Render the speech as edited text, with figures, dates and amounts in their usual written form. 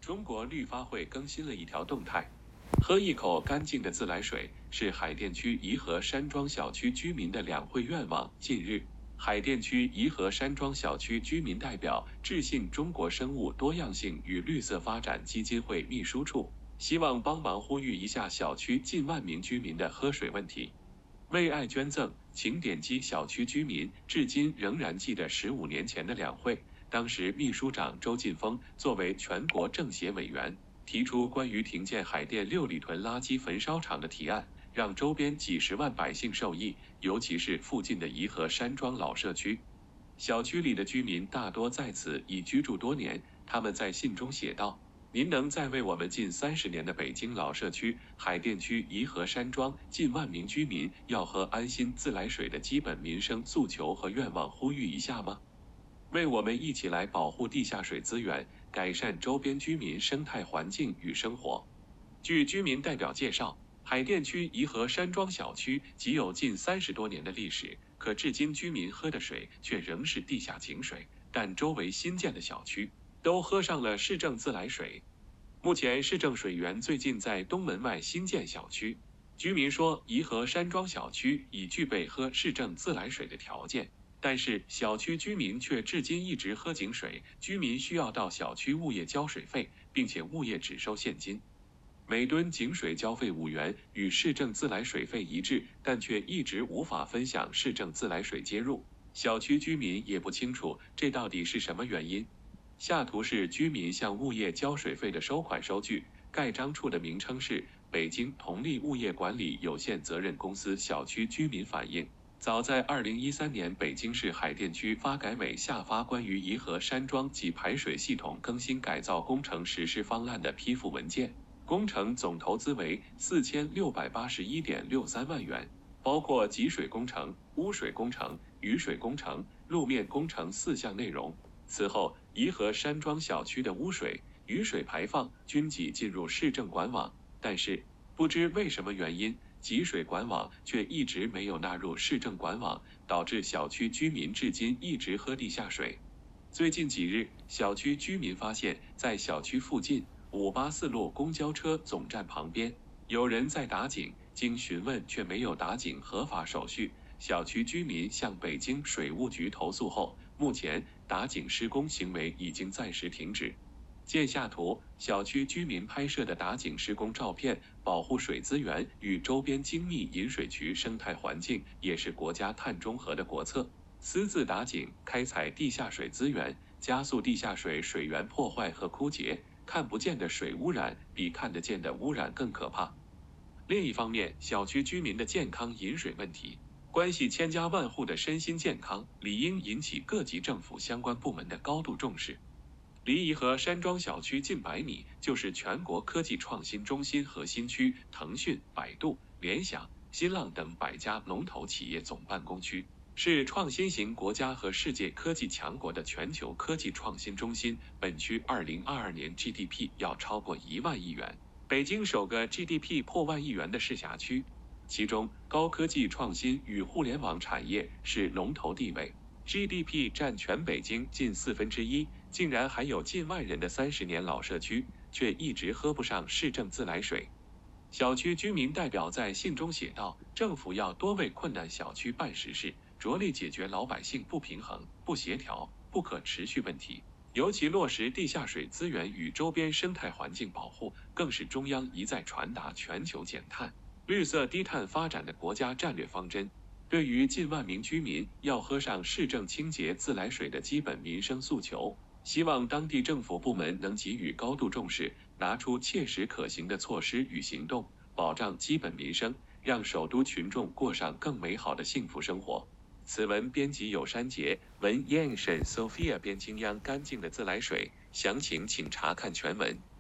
中国绿发会更新了一条动态，喝一口干净的自来水是海淀区颐和山庄小区居民的两会愿望。近日，海淀区颐和山庄小区居民代表致信中国生物多样性与绿色发展基金会秘书处，希望帮忙呼吁一下小区近万名居民的喝水问题。为爱捐赠，请点击小区居民至今仍然记得15年前的两会，当时秘书长周劲峰作为全国政协委员，提出关于停建海淀6里屯垃圾焚烧厂的提案，让周边几十万百姓受益，尤其是附近的颐和山庄老社区。小区里的居民大多在此已居住多年，他们在信中写道：您能再为我们近30年的北京老社区海淀区颐和山庄近万名居民要喝安心自来水的基本民生诉求和愿望呼吁一下吗？为我们一起来保护地下水资源，改善周边居民生态环境与生活。据居民代表介绍，海淀区颐和山庄小区即有近30多年的历史，可至今居民喝的水却仍是地下井水，但周围新建的小区都喝上了市政自来水。目前市政水源最近在东门外新建小区，居民说颐和山庄小区已具备喝市政自来水的条件，但是小区居民却至今一直喝井水，居民需要到小区物业交水费，并且物业只收现金。每吨井水交费5元，与市政自来水费一致，但却一直无法分享市政自来水接入。小区居民也不清楚这到底是什么原因。下图是居民向物业交水费的收款收据，盖章处的名称是北京同力物业管理有限责任公司。小区居民反映，早在2013年，北京市海淀区发改委下发关于颐和山庄及排水系统更新改造工程实施方案的批复文件，工程总投资为4681.63万元，包括集水工程、污水工程、雨水工程、路面工程4项内容。此后，颐和山庄小区的污水、雨水排放均挤进入市政管网，但是不知为什么原因，集水管网却一直没有纳入市政管网，导致小区居民至今一直喝地下水。最近几日，小区居民发现，在小区附近584路公交车总站旁边，有人在打井，经询问却没有打井合法手续。小区居民向北京水务局投诉后，目前打井施工行为已经暂时停止。见下图，小区居民拍摄的打井施工照片，保护水资源与周边精密引水渠生态环境也是国家碳中和的国策。私自打井，开采地下水资源，加速地下水水源破坏和枯竭，看不见的水污染比看得见的污染更可怕。另一方面，小区居民的健康饮水问题关系千家万户的身心健康，理应引起各级政府相关部门的高度重视。离颐和山庄小区近100米就是全国科技创新中心核心区，腾讯、百度、联想、新浪等100家龙头企业总办公区，是创新型国家和世界科技强国的全球科技创新中心。本区2022年 GDP 要超过1万亿元，北京首个 GDP 破万亿元的市辖区。其中，高科技创新与互联网产业是龙头地位， GDP 占全北京近1/4，竟然还有近万人的30年老社区，却一直喝不上市政自来水。小区居民代表在信中写道，政府要多为困难小区办实事，着力解决老百姓不平衡、不协调、不可持续问题，尤其落实地下水资源与周边生态环境保护，更是中央一再传达全球减碳、绿色低碳发展的国家战略方针。对于近万名居民要喝上市政清洁自来水的基本民生诉求，希望当地政府部门能给予高度重视，拿出切实可行的措施与行动，保障基本民生，让首都群众过上更美好的幸福生活。此文编辑有删节，文燕沈 Sophia 编精央干净的自来水，详情请查看全文。